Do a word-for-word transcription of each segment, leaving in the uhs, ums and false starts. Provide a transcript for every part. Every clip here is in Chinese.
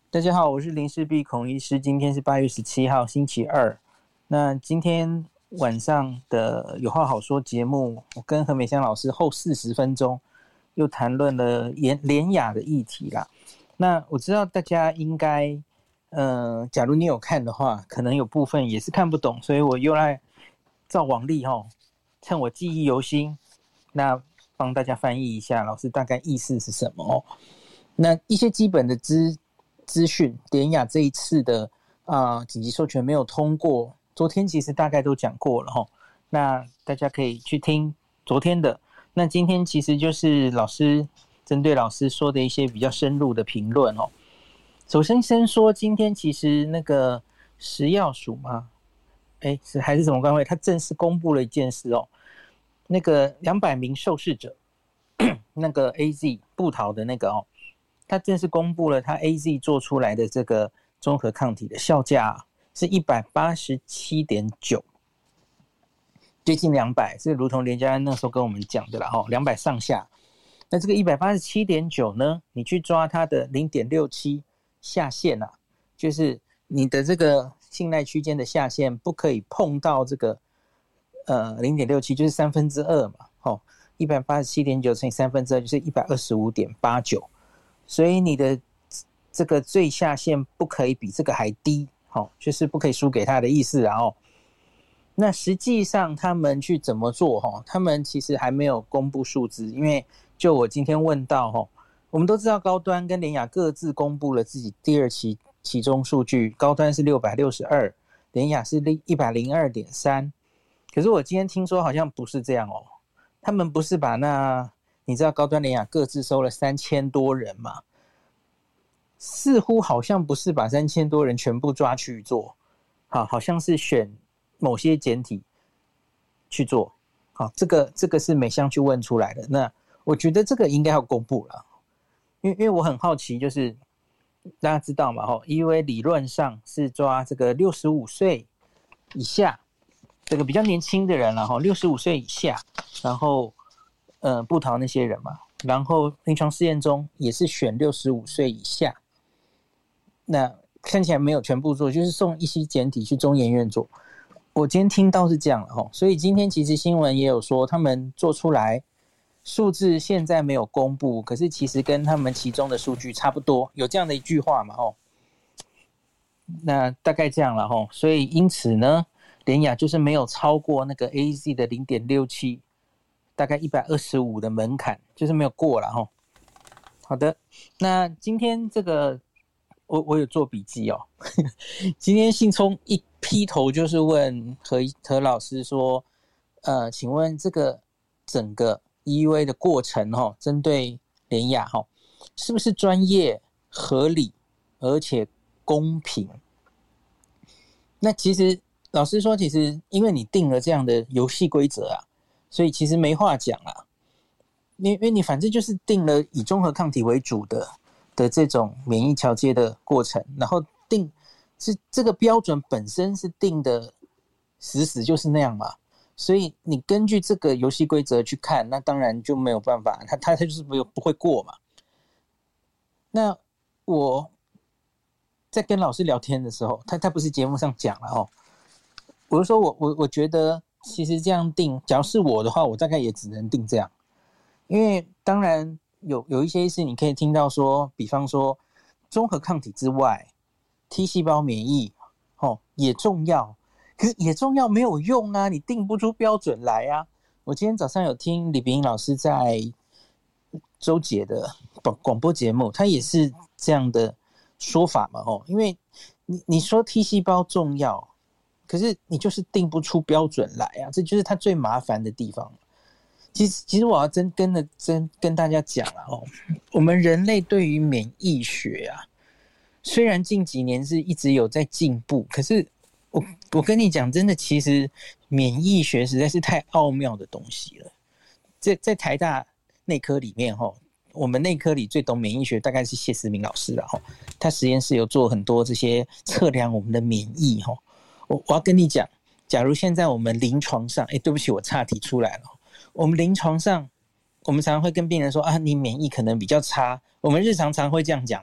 大家好，我是林氏璧孔医师。今天是八月十七号，星期二。那今天晚上的有话好说节目，我跟何美香老师后四十分钟又谈论了联雅的议题啦。那我知道大家应该，呃，假如你有看的话，可能有部分也是看不懂，所以我又来照往例哈，趁我记忆犹新，那帮大家翻译一下，老师大概意思是什么哦？那一些基本的资。资讯，联雅这一次的啊、呃、紧急授权没有通过，昨天其实大概都讲过了齁，那大家可以去听昨天的。那今天其实就是老师针对老师说的一些比较深入的评论哦。首先先说今天其实那个食药署嘛，哎是还是什么单位，他正式公布了一件事哦，那个两百名受试者，那个 A Z 部桃的那个哦。他正式公布了他 A Z 做出来的这个综合抗体的效价是 一百八十七点九， 接近两百，这如同连家安那时候跟我们讲的啦齁，两百上下。那这个 一百八十七点九 呢，你去抓它的 零点六七 下限啊，就是你的这个信赖区间的下限不可以碰到这个呃 零点六七， 就是三分之二嘛齁， 一百八十七点九 乘以三分之二就是 一百二十五点八九，所以你的这个最下限不可以比这个还低，哦，就是不可以输给他的意思啊哦。那实际上他们去怎么做哈？他们其实还没有公布数字，因为就我今天问到哈，我们都知道高端跟联雅各自公布了自己第二期期中数据，高端是六百六十二，联雅是 一百零二点三， 可是我今天听说好像不是这样哦，他们不是把那你知道高端联雅各自收了三千多人嘛？似乎好像不是把三千多人全部抓去做，好，好像是选某些简体去做。好，这个这个是美香去问出来的。那我觉得这个应该要公布了，因为因为我很好奇，就是大家知道嘛，哈 ，E U A 理论上是抓这个六十五岁以下，这个比较年轻的人了哈，六十五岁以下，然后。呃，部桃那些人嘛，然后临床试验中也是选六十五岁以下，那看起来没有全部做，就是送一些简体去中研院做。我今天听到是这样了齁，所以今天其实新闻也有说，他们做出来数字现在没有公布，可是其实跟他们其中的数据差不多，有这样的一句话嘛齁。那大概这样了齁，所以因此呢，联雅就是没有超过那个 A Z 的 零点六七。大概一百二十五的门槛，就是没有过了齁。好的，那今天这个我我有做笔记哦。今天信聪一劈头就是问何何老师说，呃，请问这个整个 E U A 的过程齁，针对联雅齁，是不是专业、合理而且公平？那其实老师说，其实因为你定了这样的游戏规则啊。所以其实没话讲啦，因为你反正就是定了以综合抗体为主的的这种免疫桥接的过程，然后定是这个标准本身是定的死死就是那样嘛，所以你根据这个游戏规则去看，那当然就没有办法，他他他就是不不会过嘛。那我在跟老师聊天的时候，他他不是节目上讲了哦，我就说我我我觉得。其实这样定，假如是我的话，我大概也只能定这样，因为当然有有一些是你可以听到说，比方说综合抗体之外 ，T 细胞免疫哦也重要，可是也重要没有用啊，你定不出标准来啊。我今天早上有听李秉英老师在周杰的广播节目，他也是这样的说法嘛哦，因为你你说 T 细胞重要。可是你就是定不出标准来啊，这就是它最麻烦的地方。其实，其实我要真跟的真跟大家讲啊，哦，我们人类对于免疫学啊，虽然近几年是一直有在进步，可是我我跟你讲，真的，其实免疫学实在是太奥妙的东西了。在在台大内科里面，哈，我们内科里最懂免疫学大概是谢思明老师了，哈，他实验室有做很多这些测量我们的免疫，哈。我我要跟你讲，假如现在我们临床上，哎，对不起，我岔题出来了。我们临床上，我们常常会跟病人说啊，你免疫可能比较差。我们日常常会这样讲嘛，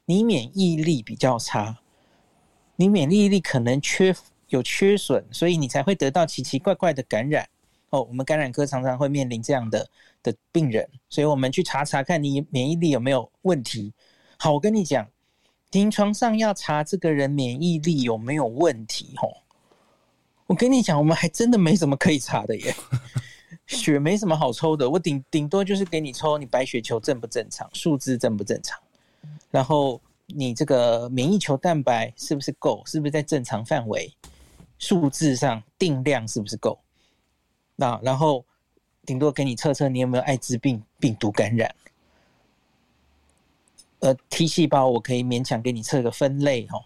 你免疫力比较差，你免疫力可能缺有缺损，所以你才会得到奇奇怪怪的感染。哦，我们感染科常常会面临这样的的病人，所以我们去查查看你免疫力有没有问题。好，我跟你讲，临床上要查这个人免疫力有没有问题，哦，我跟你讲，我们还真的没什么可以查的耶。血没什么好抽的，我顶顶多就是给你抽你白血球正不正常，数字正不正常，然后你这个免疫球蛋白是不是够，是不是在正常范围，数字上定量是不是够，那然后顶多给你测测你有没有艾滋病病毒感染。呃 T 细胞我可以勉强给你测个分类，哦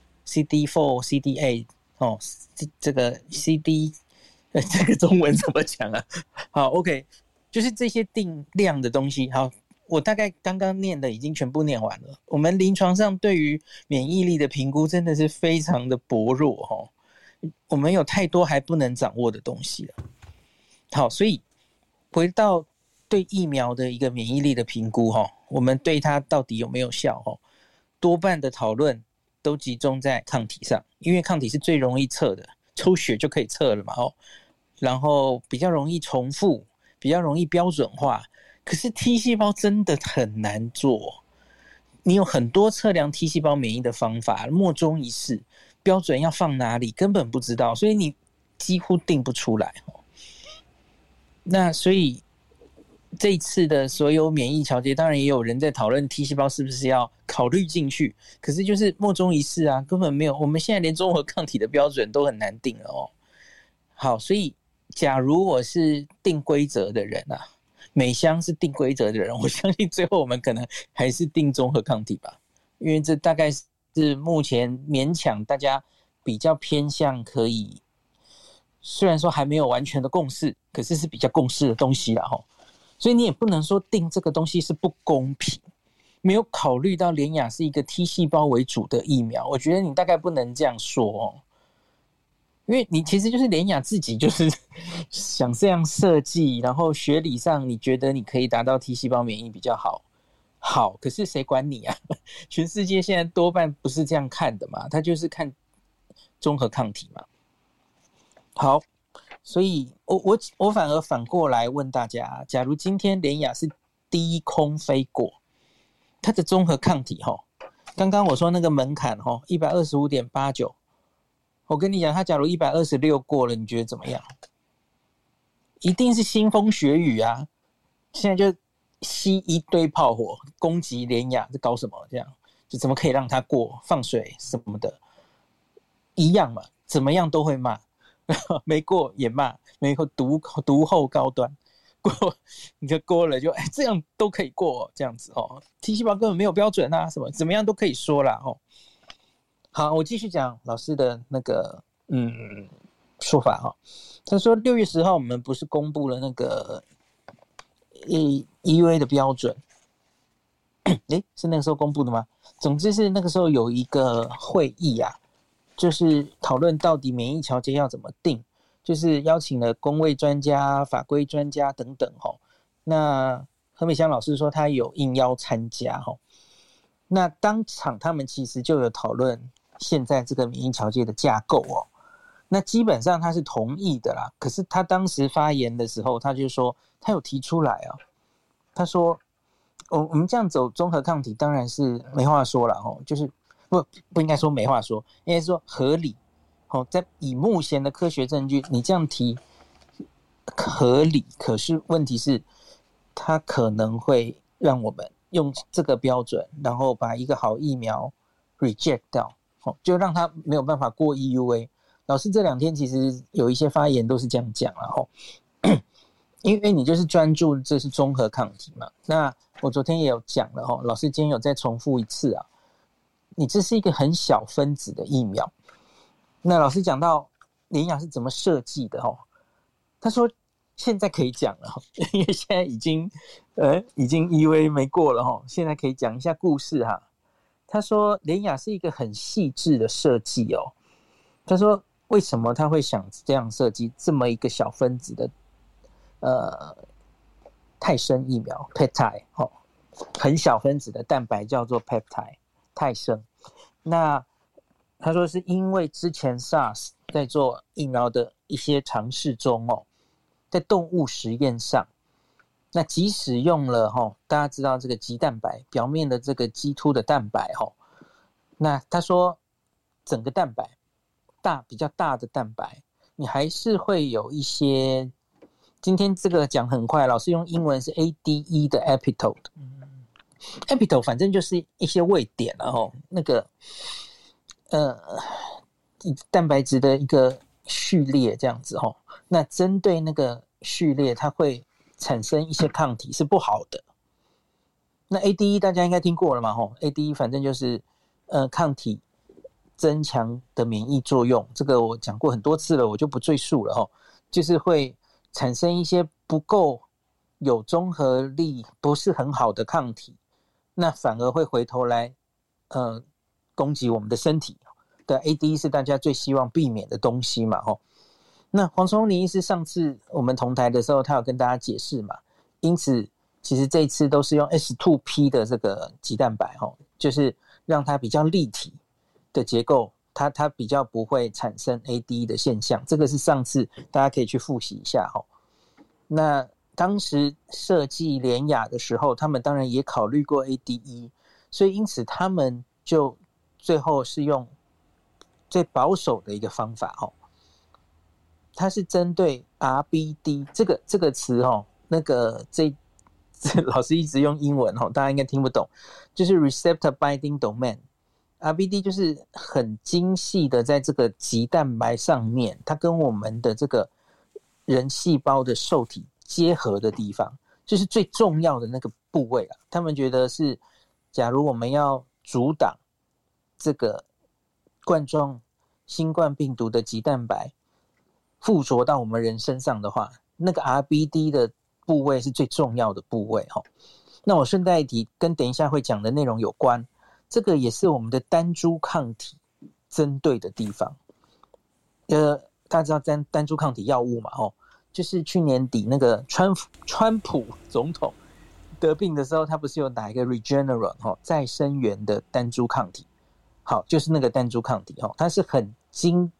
C D 四 C D 八 哦，这个 C D 呃，这个中文怎么讲啊？好 OK， 就是这些定量的东西。好，我大概刚刚念的已经全部念完了。我们临床上对于免疫力的评估真的是非常的薄弱，哦，我们有太多还不能掌握的东西了。好，所以回到对疫苗的一个免疫力的评估，哦，我们对它到底有没有效，哦，多半的讨论都集中在抗体上，因为抗体是最容易测的，抽血就可以测了嘛，哦，然后比较容易重复，比较容易标准化。可是 T 细胞真的很难做，你有很多测量 T 细胞免疫的方法，莫衷一是，标准要放哪里根本不知道，所以你几乎定不出来。那所以这一次的所有免疫桥接，当然也有人在讨论 T 细胞是不是要考虑进去，可是就是莫衷一是啊，根本没有，我们现在连综合抗体的标准都很难定了哦。好，所以假如我是定规则的人啊，美香是定规则的人，我相信最后我们可能还是定综合抗体吧，因为这大概是目前勉强大家比较偏向可以，虽然说还没有完全的共识，可是是比较共识的东西啦齁。所以你也不能说定这个东西是不公平，没有考虑到联亚是一个 T 细胞为主的疫苗，我觉得你大概不能这样说哦。因为你其实就是联亚自己就是想这样设计，然后学理上你觉得你可以达到 T 细胞免疫比较好，好，可是谁管你啊？全世界现在多半不是这样看的嘛，他就是看综合抗体嘛。好，所以我我我反而反过来问大家，假如今天联亚是低空飞过，它的综合抗体齁，刚刚我说那个门槛齁 一百二十五点八九，我跟你讲，他假如一百二十六过了，你觉得怎么样？一定是腥风血雨啊！现在就吸一堆炮火攻击联亚，这搞什么？这样就怎么可以让他过？放水什么的，一样嘛，怎么样都会骂，没过也骂，没过读读后高端，过你就过了就哎，这样都可以过，哦，这样子哦。T 细胞根本没有标准啊，什么怎么样都可以说啦哦。好，我继续讲老师的那个嗯说法哈。他说六月十号我们不是公布了那个 E U A 的标准？诶，是那个时候公布的吗？总之是那个时候有一个会议啊，就是讨论到底免疫桥接要怎么定，就是邀请了公卫专家、法规专家等等哈。那何美香老师说他有应邀参加哈。那当场他们其实就有讨论现在这个免疫桥接的架构哦，那基本上他是同意的啦。可是他当时发言的时候，他就说他有提出来啊，他说我我们这样走综合抗体当然是没话说了哦，就是不不应该说没话说，应该说合理哦，在以目前的科学证据，你这样提合理，可是问题是它可能会让我们用这个标准，然后把一个好疫苗 reject 掉，就让它没有办法过 E U A。 老师这两天其实有一些发言都是这样讲啦，因为你就是专注这是综合抗体嘛。那我昨天也有讲了，老师今天有再重复一次啊，你这是一个很小分子的疫苗。那老师讲到联亚是怎么设计的，他说现在可以讲了，因为现在已经呃已经 E U A 没过了，现在可以讲一下故事哈。他说联亚是一个很细致的设计哦。他说为什么他会想这样设计这么一个小分子的呃泰生疫苗 peptide， 很小分子的蛋白叫做 peptide， 泰盛。那他说是因为之前 SARS 在做疫苗的一些尝试中哦，在动物实验上，那即使用了哦，大家知道这个鸡蛋白表面的这个鸡突的蛋白哦，那他说整个蛋白大比较大的蛋白，你还是会有一些，今天这个讲很快，老师用英文是 A D E 的 epitope。epitope 反正就是一些位点了哦，那个呃蛋白质的一个序列这样子哦。那针对那个序列，它会产生一些抗体是不好的。那 A D E 大家应该听过了嘛吼 ？A D E 反正就是呃抗体增强的免疫作用，这个我讲过很多次了，我就不赘述了吼。就是会产生一些不够有综合力、不是很好的抗体，那反而会回头来呃攻击我们的身体。的 A D E 是大家最希望避免的东西嘛吼。那黄崇林医师上次我们同台的时候，他有跟大家解释嘛，因此其实这一次都是用 S 二 P 的这个鸡蛋白吼，就是让它比较立体的结构，它它比较不会产生 A D E 的现象。这个是上次大家可以去复习一下吼。那当时设计联雅的时候，他们当然也考虑过 A D E， 所以因此他们就最后是用最保守的一个方法吼。它是针对 R B D 这个这个词哦，那个这这老师一直用英文哦，大家应该听不懂，就是 receptor binding domain。R B D 就是很精细的在这个棘蛋白上面，它跟我们的这个人细胞的受体结合的地方，就是最重要的那个部位啊。他们觉得是，假如我们要阻挡这个冠状新冠病毒的棘蛋白附着到我们人身上的话，那个 R B D 的部位是最重要的部位齁。那我顺带一提，跟等一下会讲的内容有关，这个也是我们的单株抗体针对的地方。呃，大家知道单单株抗体药物嘛齁，就是去年底那个川普川普总统得病的时候，他不是有打一个 Regeneron 齁再生元的单株抗体，好，就是那个单株抗体齁，它是很精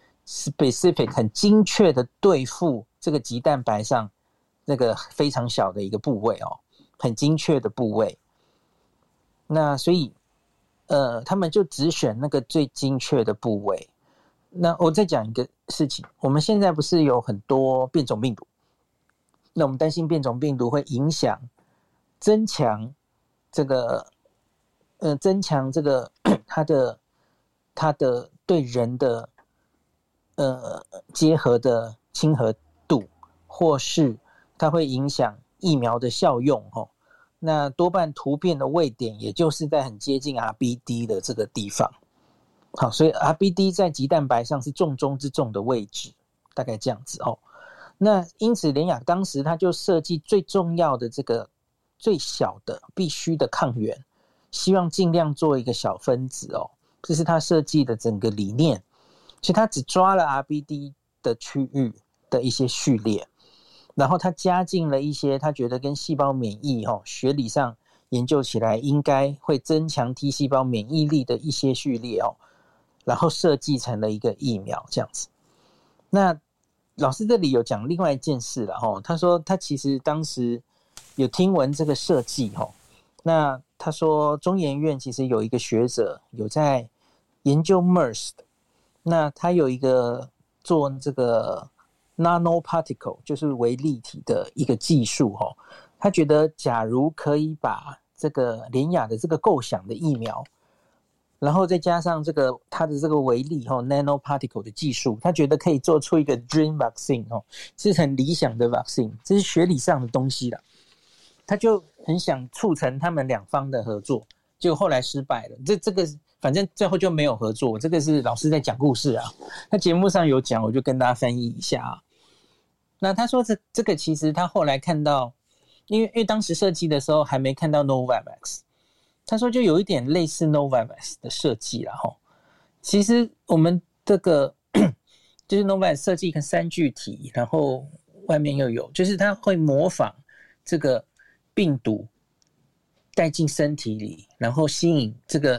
specific 很精确的对付这个棘蛋白上那个非常小的一个部位哦，很精确的部位。那所以呃他们就只选那个最精确的部位。那我再讲一个事情，我们现在不是有很多变种病毒，那我们担心变种病毒会影响增强这个呃增强这个它的它的对人的呃，结合的亲和度，或是它会影响疫苗的效用齁。那多半突变的位点，也就是在很接近 R B D 的这个地方。好，所以 R B D 在棘蛋白上是重中之重的位置，大概这样子哦。那因此联雅当时他就设计最重要的这个最小的必须的抗原，希望尽量做一个小分子哦，这是他设计的整个理念。所以他只抓了 R B D 的区域的一些序列，然后他加进了一些他觉得跟细胞免疫、哦、学理上研究起来应该会增强 T 细胞免疫力的一些序列、哦、然后设计成了一个疫苗这样子。那老师这里有讲另外一件事了、哦、他说他其实当时有听闻这个设计、哦、那他说中研院其实有一个学者有在研究 MERS 的，那他有一个做这个 nanoparticle 就是微粒体的一个技术、哦、他觉得假如可以把这个联雅的这个构想的疫苗，然后再加上这个它的这个微粒、哦、nanoparticle 的技术，他觉得可以做出一个 dream vaccine、哦、是很理想的 vaccine， 这是学理上的东西啦。他就很想促成他们两方的合作，结果后来失败了。这这个反正最后就没有合作，这个是老师在讲故事啊。他节目上有讲，我就跟大家翻译一下啊。那他说这这个其实他后来看到，因为因为当时设计的时候还没看到 Novavax， 他说就有一点类似 Novavax 的设计啦齁。其实我们这个就是 Novavax 设计一个三聚体，然后外面又有，就是它会模仿这个病毒带进身体里，然后吸引这个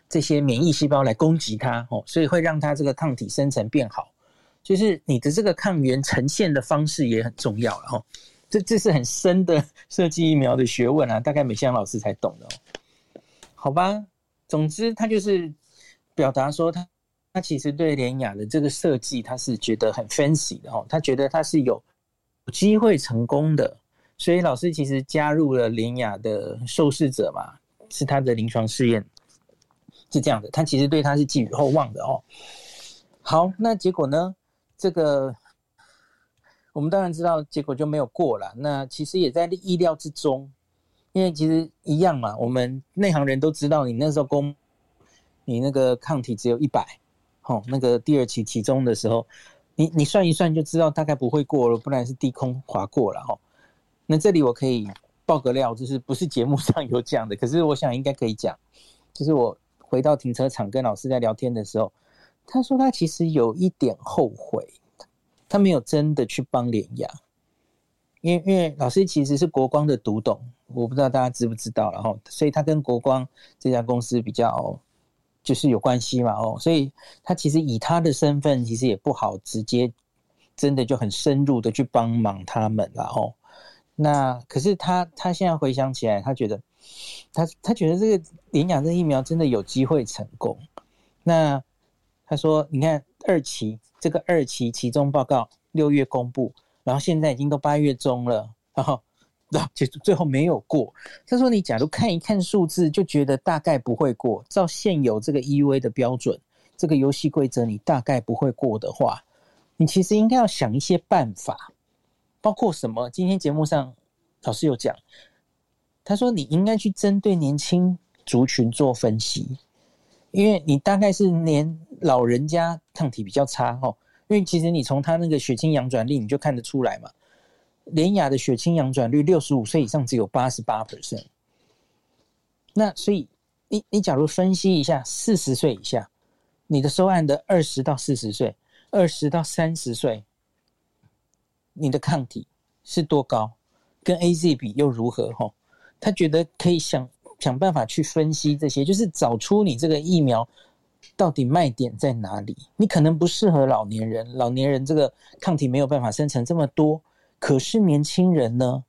这些免疫细胞来攻击它，哦，所以会让它这个抗体生成变好。就是你的这个抗原呈现的方式也很重要了，哦，这这是很深的设计疫苗的学问啊，大概美香老师才懂的，哦，好吧。总之，他就是表达说他他其实对联雅的这个设计，他是觉得很 fancy 的，哦，他觉得他是有机会成功的，所以老师其实加入了联雅的受试者嘛，是他的临床试验，是这样的，他其实对他是寄予厚望的哦。好，那结果呢？这个我们当然知道结果就没有过了，那其实也在意料之中，因为其实一样嘛，我们内行人都知道，你那时候公你那个抗体只有一百，哦，那个第二期期中的时候，你你算一算就知道大概不会过了，不然是低空滑过了，哦。那这里我可以爆个料，就是不是节目上有讲的，可是我想应该可以讲，就是我回到停车场跟老师在聊天的时候，他说他其实有一点后悔，他没有真的去帮联雅，因为因为老师其实是国光的独董，我不知道大家知不知道，然后所以他跟国光这家公司比较就是有关系嘛，哦，所以他其实以他的身份其实也不好直接真的就很深入的去帮忙他们啦，哦。那可是他他现在回想起来，他觉得他他觉得这个联雅这疫苗真的有机会成功。那他说你看二期这个二期期中报告六月公布，然后现在已经都八月中了，然后其实最后没有过。他说你假如看一看数字就觉得大概不会过，照现有这个 E U A 的标准，这个游戏规则你大概不会过的话，你其实应该要想一些办法，包括什么？今天节目上老师有讲，他说你应该去针对年轻族群做分析，因为你大概是年老人家抗体比较差，哦，因为其实你从他那个血清阳转率你就看得出来嘛，联雅的血清阳转率六十五岁以上只有 百分之八十八， 那所以你你假如分析一下四十岁以下，你的收案的二十到四十岁，二十到三十岁，你的抗体是多高，跟 A Z 比又如何，哦，他觉得可以想想办法去分析这些，就是找出你这个疫苗到底卖点在哪里。你可能不适合老年人，老年人这个抗体没有办法生成这么多，可是年轻人呢？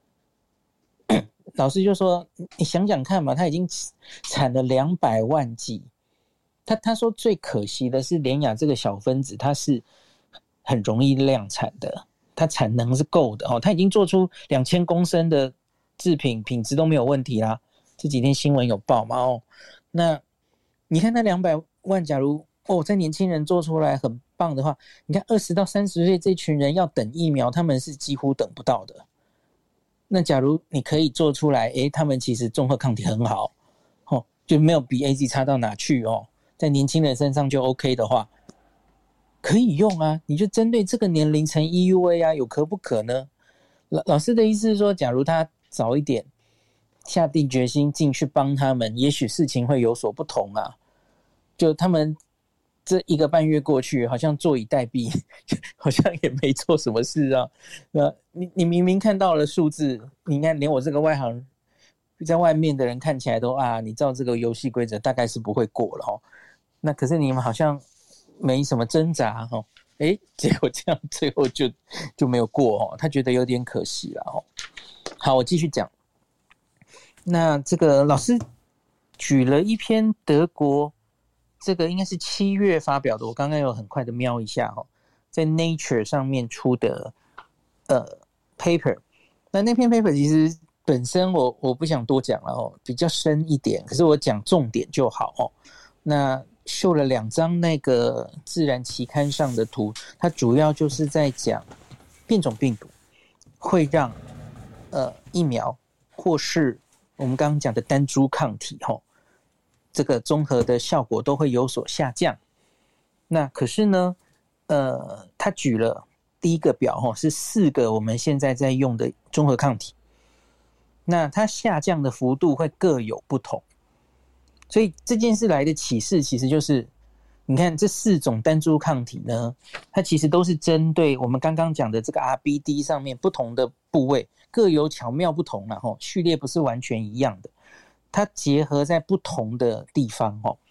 老师就说你想想看嘛，他已经产了两百万剂，他他说最可惜的是联雅这个小分子它是很容易量产的，它产能是够的，哦，它已经做出两千公升的制品，品质都没有问题啦，这几天新闻有报嘛，哦，那你看那两百万假如哦在年轻人做出来很棒的话，你看二十到三十岁这群人要等疫苗他们是几乎等不到的。那假如你可以做出来，诶，他们其实综合抗体很好，哦，就没有比 A Z 差到哪去哦，在年轻人身上就 OK 的话，可以用啊，你就针对这个年龄层 E U A 啊，有可不可呢？老老师的意思是说，假如他早一点下定决心进去帮他们，也许事情会有所不同啊。就他们这一个半月过去，好像坐以待毙，好像也没做什么事啊。那你你明明看到了数字，你看连我这个外行在外面的人看起来都啊，你照这个游戏规则大概是不会过了哦。那可是你们好像没什么挣扎哦，诶，结果这样最后就就没有过哦，他觉得有点可惜了哦。好，我继续讲。那这个老师举了一篇德国。这个应该是七月发表的，我刚刚有很快的瞄一下哦，在 Nature 上面出的呃 paper。那那篇 paper 其实本身我我不想多讲了哦，比较深一点，可是我讲重点就好哦。那秀了两张那个自然期刊上的图，它主要就是在讲变种病毒会让呃疫苗或是我们刚刚讲的单株抗体哦。这个综合的效果都会有所下降。那可是呢，呃，他举了第一个表哦，是四个我们现在在用的综合抗体，那它下降的幅度会各有不同。所以这件事来的启示其实就是，你看这四种单株抗体呢，它其实都是针对我们刚刚讲的这个 R B D 上面不同的部位，各有巧妙不同啦，序列不是完全一样的。它结合在不同的地方哦，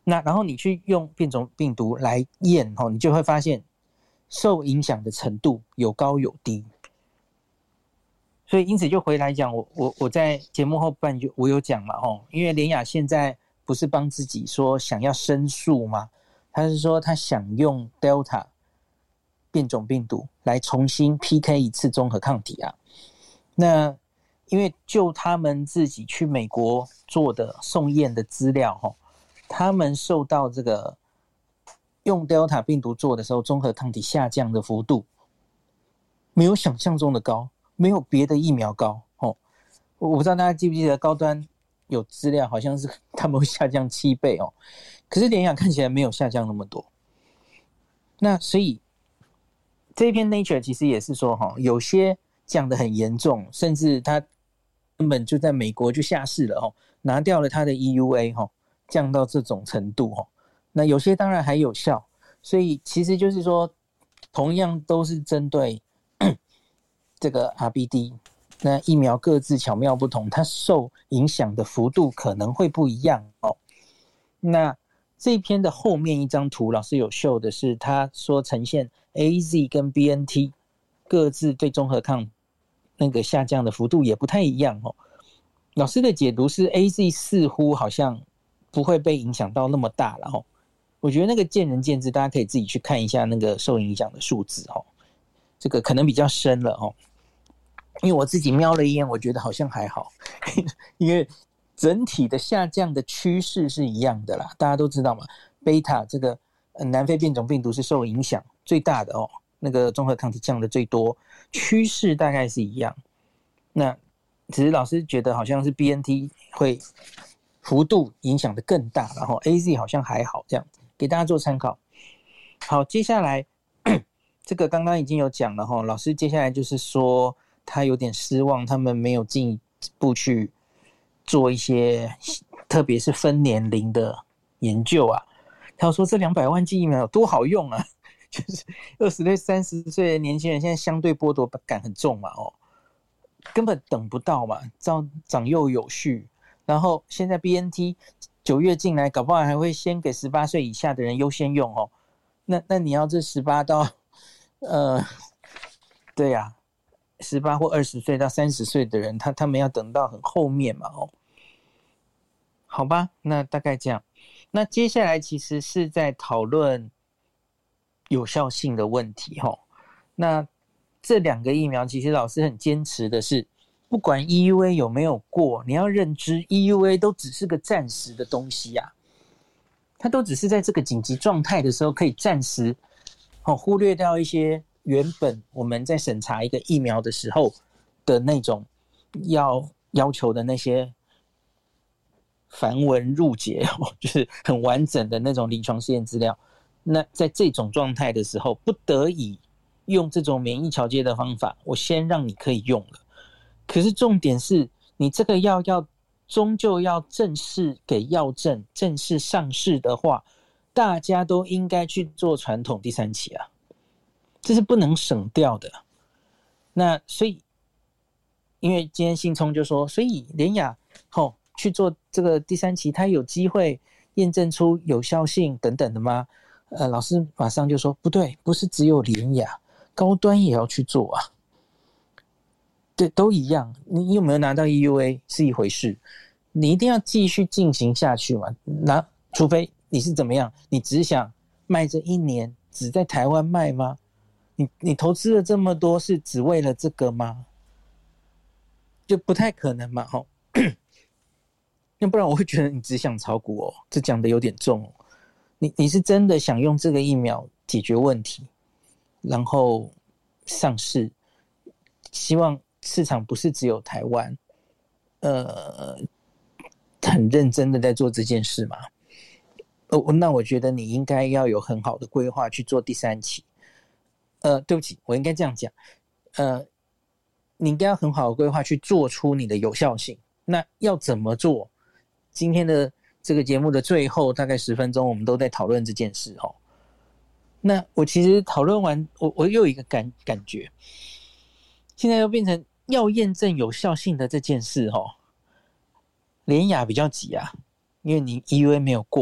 那然后你去用变种病毒来验，你就会发现受影响的程度有高有低。所以因此就回来讲，我我我在节目后半就我有讲嘛，哦，因为联亚现在不是帮自己说想要申诉吗？他是说他想用 Delta 变种病毒来重新 P K 一次综合抗体啊。那因为就他们自己去美国做的送验的资料，哦，他们受到这个用 Delta 病毒做的时候，综合抗体下降的幅度没有想象中的高。没有别的疫苗高，哦，我不知道大家记不记得高端有资料，好像是他们会下降七倍哦，可是联亚看起来没有下降那么多。那所以这一篇 Nature 其实也是说，哦，有些降得很严重，甚至他根本就在美国就下市了，哦，拿掉了他的 E U A，哦，降到这种程度，哦，那有些当然还有效，所以其实就是说，同样都是针对这个 R B D， 那疫苗各自巧妙不同，它受影响的幅度可能会不一样哦。那这一篇的后面一张图，老师有秀的是，他说呈现 A Z 跟 B N T 各自对综合抗那个下降的幅度也不太一样哦。老师的解读是 A Z 似乎好像不会被影响到那么大了哦。我觉得那个见仁见智，大家可以自己去看一下那个受影响的数字哦。这个可能比较深了哦。因为我自己瞄了一眼，我觉得好像还好，因为整体的下降的趋势是一样的啦。大家都知道嘛，贝塔这个南非变种病毒是受影响最大的哦，那个综合抗体降的最多，趋势大概是一样。那只是老师觉得好像是 B N T 会幅度影响的更大，然后 A Z 好像还好，这样给大家做参考。好，接下来这个刚刚已经有讲了哈，老师接下来就是说。他有点失望，他们没有进一步去做一些，特别是分年龄的研究啊。他说这两百万剂疫苗有多好用啊，就是二十岁、三十岁的年轻人现在相对剥夺感很重嘛，哦，根本等不到嘛，长长幼有序。然后现在 B N T 九月进来，搞不好还会先给十八岁以下的人优先用哦。那那你要这十八到呃，对呀、啊。十八或二十岁到三十岁的人，他他们要等到很后面嘛，哦，好吧，那大概这样。那接下来其实是在讨论有效性的问题，哦。那这两个疫苗，其实老师很坚持的是，不管 E U A 有没有过，你要认知 E U A 都只是个暂时的东西呀，啊，它都只是在这个紧急状态的时候可以暂时，哦，忽略掉一些。原本我们在审查一个疫苗的时候的那种要要求的那些繁文缛节，就是很完整的那种临床试验资料，那在这种状态的时候，不得已用这种免疫桥接的方法，我先让你可以用了。可是重点是你这个药要终究要正式给药证正式上市的话，大家都应该去做传统第三期啊，这是不能省掉的。那所以因为今天信聪就说，所以联亚、哦、去做这个第三期，它有机会验证出有效性等等的吗？呃，老师马上就说不对，不是只有联亚，高端也要去做啊。对，都一样，你有没有拿到 E U A 是一回事，你一定要继续进行下去嘛。那除非你是怎么样，你只想卖这一年只在台湾卖吗？你你投资了这么多是只为了这个吗？就不太可能嘛，吼。要不然我会觉得你只想炒股哦，这讲的有点重哦。你你是真的想用这个疫苗解决问题，然后上市，希望市场不是只有台湾，呃，很认真的在做这件事嘛。呃，那我觉得你应该要有很好的规划去做第三期。呃，对不起，我应该这样讲，呃，你应该要很好的规划去做出你的有效性。那要怎么做？今天的这个节目的最后大概十分钟，我们都在讨论这件事哦。那我其实讨论完，我我又有一个感感觉，现在又变成要验证有效性的这件事哦，联亚比较急啊，因为你 E U A 没有过嘛，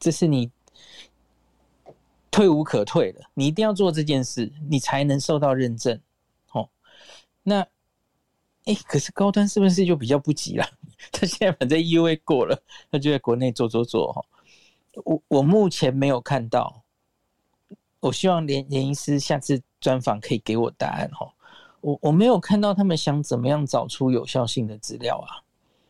这是你退无可退的，你一定要做这件事，你才能受到认证。哦，那哎，可是高端是不是就比较不急了？他现在反正 E U A 过了，他就在国内做做做。哦，我我目前没有看到，我希望连连医师下次专访可以给我答案。哦，我我没有看到他们想怎么样找出有效性的资料啊。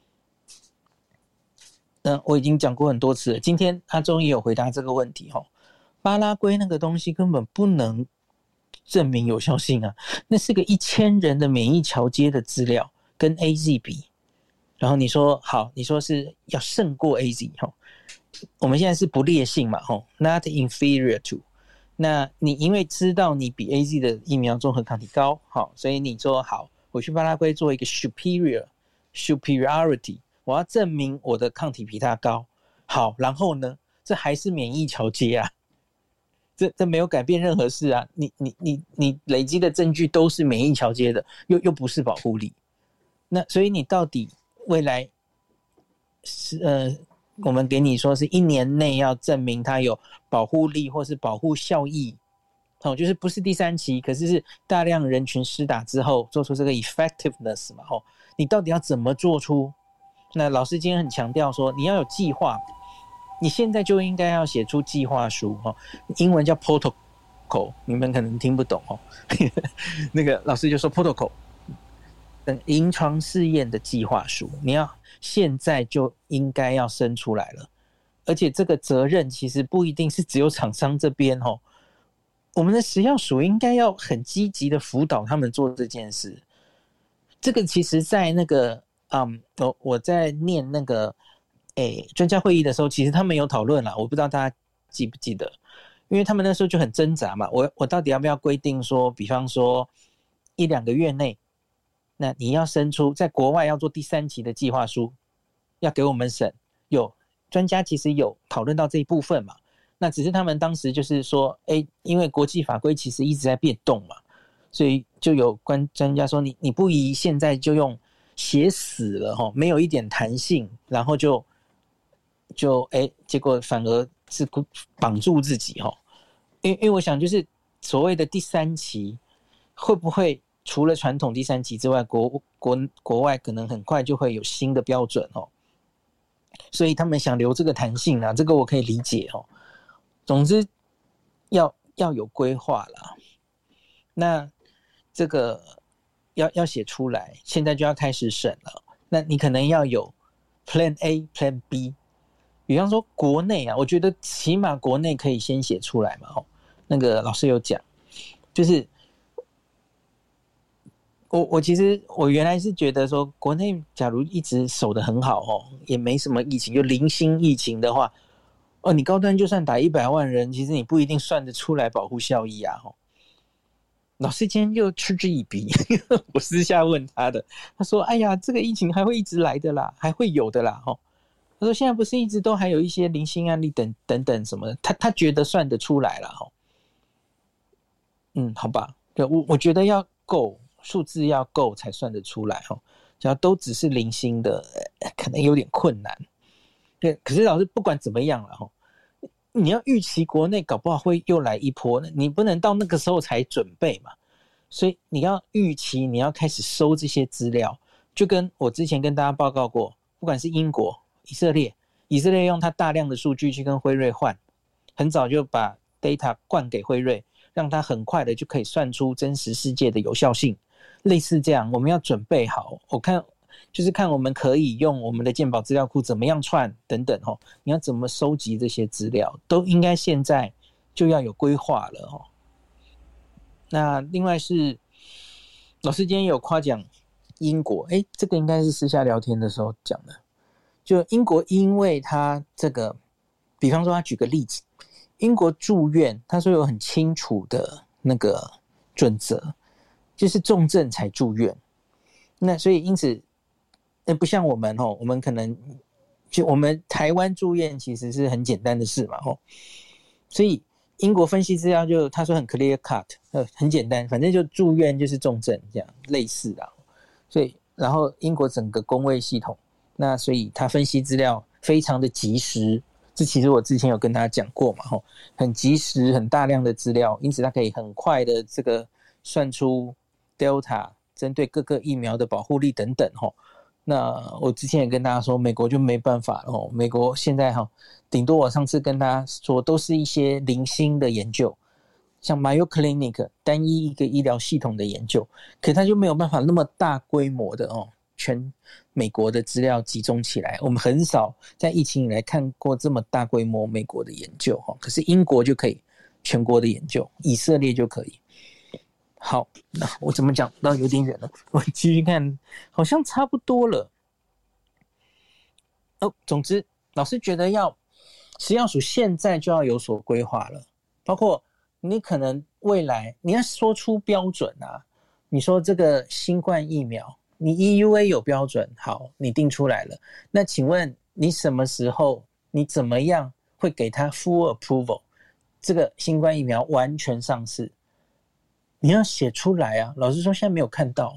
嗯，我已经讲过很多次了，今天阿中也有回答这个问题。哦，巴拉圭那个东西根本不能证明有效性啊，那是个一千人的免疫桥接的资料，跟 A Z 比，然后你说好，你说是要胜过 A Z， 哦，我们现在是不劣性嘛，哦 ，not inferior to， 那你因为知道你比 A Z 的疫苗综合抗体高，好，所以你说好，我去巴拉圭做一个 superior superiority， 我要证明我的抗体比它高，好，然后呢，这还是免疫桥接啊。这这没有改变任何事啊！你你你你累积的证据都是免疫桥接的，又又不是保护力。那所以你到底未来是呃，我们给你说是一年内要证明它有保护力或是保护效益，哦，就是不是第三期，可是是大量人群施打之后做出这个 effectiveness 嘛？哦，你到底要怎么做出？那老师今天很强调说，你要有计划。你现在就应该要写出计划书，英文叫 protocol， 你们可能听不懂。那个老师就说 protocol， 等临床试验的计划书，你要现在就应该要生出来了。而且这个责任其实不一定是只有厂商这边，我们的食药署应该要很积极的辅导他们做这件事。这个其实在那个、嗯、我, 我在念那个诶，专家会议的时候，其实他们有讨论啦，我不知道大家记不记得，因为他们那时候就很挣扎嘛，我我到底要不要规定说，比方说一两个月内，那你要生出在国外要做第三期的计划书，要给我们审，有专家其实有讨论到这一部分嘛，那只是他们当时就是说，诶，因为国际法规其实一直在变动嘛，所以就有关专家说，你你不宜现在就用写死了，没有一点弹性，然后就就哎，结果反而是绑住自己。因为因为我想就是所谓的第三期会不会除了传统第三期之外，国国国外可能很快就会有新的标准。所以他们想留这个弹性啊，这个我可以理解。总之要要有规划啦，那这个要要写出来，现在就要开始审了，那你可能要有 Plan A、Plan B。比方说国内啊，我觉得起码国内可以先写出来嘛。哦，那个老师有讲，就是我我其实我原来是觉得说，国内假如一直守得很好哦，也没什么疫情，就零星疫情的话，哦，你高端就算打一百万人，其实你不一定算得出来保护效益啊。哦，老师今天就嗤之以鼻，我私下问他的，他说：“哎呀，这个疫情还会一直来的啦，还会有的啦。”哦。他说现在不是一直都还有一些零星案例等等等什么的，他他觉得算得出来了。嗯，好吧，我我觉得要够数字要够才算得出来。只要都只是零星的，可能有点困难。对，可是老师不管怎么样了，你要预期国内搞不好会又来一波，你不能到那个时候才准备嘛。所以你要预期，你要开始收这些资料，就跟我之前跟大家报告过，不管是英国。以色列，以色列用它大量的数据去跟辉瑞换，很早就把 data 灌给辉瑞，让它很快的就可以算出真实世界的有效性。类似这样，我们要准备好。我看就是看我们可以用我们的健保资料库怎么样串等等。你要怎么收集这些资料，都应该现在就要有规划了。那另外是老师今天有夸奖英国，诶，这个应该是私下聊天的时候讲的。就英国，因为他这个，比方说他举个例子，英国住院，他说有很清楚的那个准则，就是重症才住院。那所以因此，不像我们哦，我们可能就我们台湾住院其实是很简单的事嘛哦，所以英国分析资料就他说很 clear cut， 很简单，反正就住院就是重症这样类似的。所以然后英国整个公卫系统。那所以他分析资料非常的及时， 这其实我之前有跟大家讲过嘛，吼，很及时、很大量的资料，因此它可以很快的这个算出 Delta 针对各个疫苗的保护力等等，吼。那我之前也跟大家说，美国就没办法了，吼，美国现在哈，顶多我上次跟大家说，都是一些零星的研究。像 Mayo Clinic 单一一个医疗系统的研究，可它就没有办法那么大规模的哦，全美国的资料集中起来。我们很少在疫情以来看过这么大规模美国的研究哈，可是英国就可以全国的研究，以色列就可以。好，那我怎么讲到有点远了，我继续看，好像差不多了。哦，总之，老师觉得要食药署现在就要有所规划了，包括。你可能未来你要说出标准啊，你说这个新冠疫苗，你 E U A 有标准，好，你定出来了，那请问你什么时候，你怎么样会给他 full approval？ 这个新冠疫苗完全上市，你要写出来啊。老实说，现在没有看到。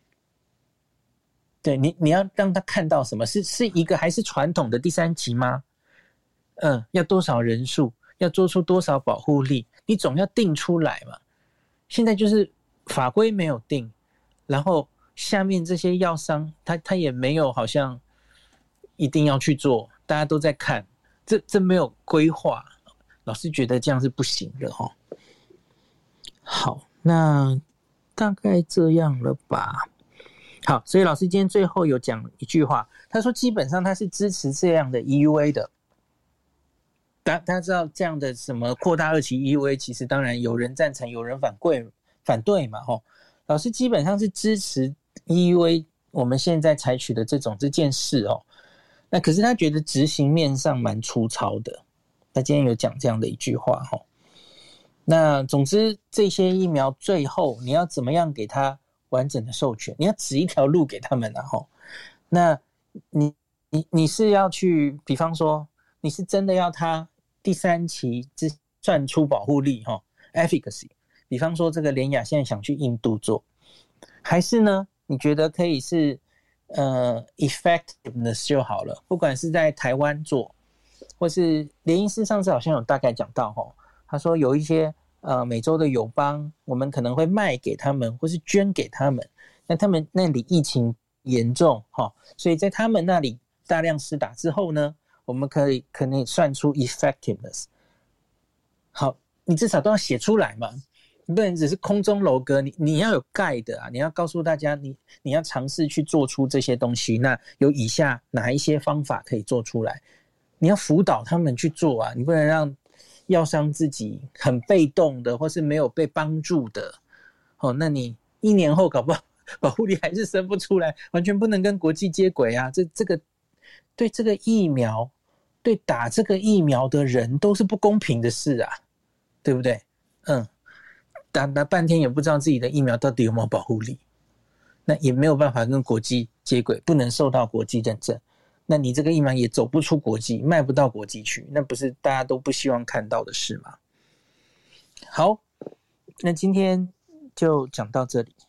对你，你要让他看到什么？是是一个还是传统的第三期吗？嗯，要多少人数？要做出多少保护力？你总要定出来嘛。现在就是法规没有定，然后下面这些药商他他也没有好像一定要去做，大家都在看，这这没有规划，老师觉得这样是不行的齁。好，那大概这样了吧。好，所以老师今天最后有讲一句话，他说基本上他是支持这样的 E U A 的。大家知道这样的什么扩大二期 E U A， 其实当然有人赞成，有人反对反对嘛，吼。老师基本上是支持 E U A 我们现在采取的这种这件事哦。那可是他觉得执行面上蛮粗糙的，他今天有讲这样的一句话吼。那总之这些疫苗最后你要怎么样给他完整的授权？你要指一条路给他们啊吼。那你你你是要去，比方说你是真的要他第三期算出保护力 efficacy， 比方说这个联亚现在想去印度做，还是呢你觉得可以是呃 effectiveness 就好了，不管是在台湾做，或是连医师上次好像有大概讲到齁，他说有一些呃美洲的友邦，我们可能会卖给他们或是捐给他们，那他们那里疫情严重齁，所以在他们那里大量施打之后呢，我们可以可能算出 effectiveness。 好，你至少都要写出来嘛，你不能只是空中楼阁，你你要有盖的啊，你要告诉大家你你要尝试去做出这些东西，那有以下哪一些方法可以做出来，你要辅导他们去做啊，你不能让药商自己很被动的或是没有被帮助的，哦，那你一年后搞不好保护力还是生不出来，完全不能跟国际接轨啊，这这个对这个疫苗对打这个疫苗的人都是不公平的事啊，对不对？嗯，打打半天也不知道自己的疫苗到底有没有保护力，那也没有办法跟国际接轨，不能受到国际认证，那你这个疫苗也走不出国际，卖不到国际去，那不是大家都不希望看到的事吗？好，那今天就讲到这里。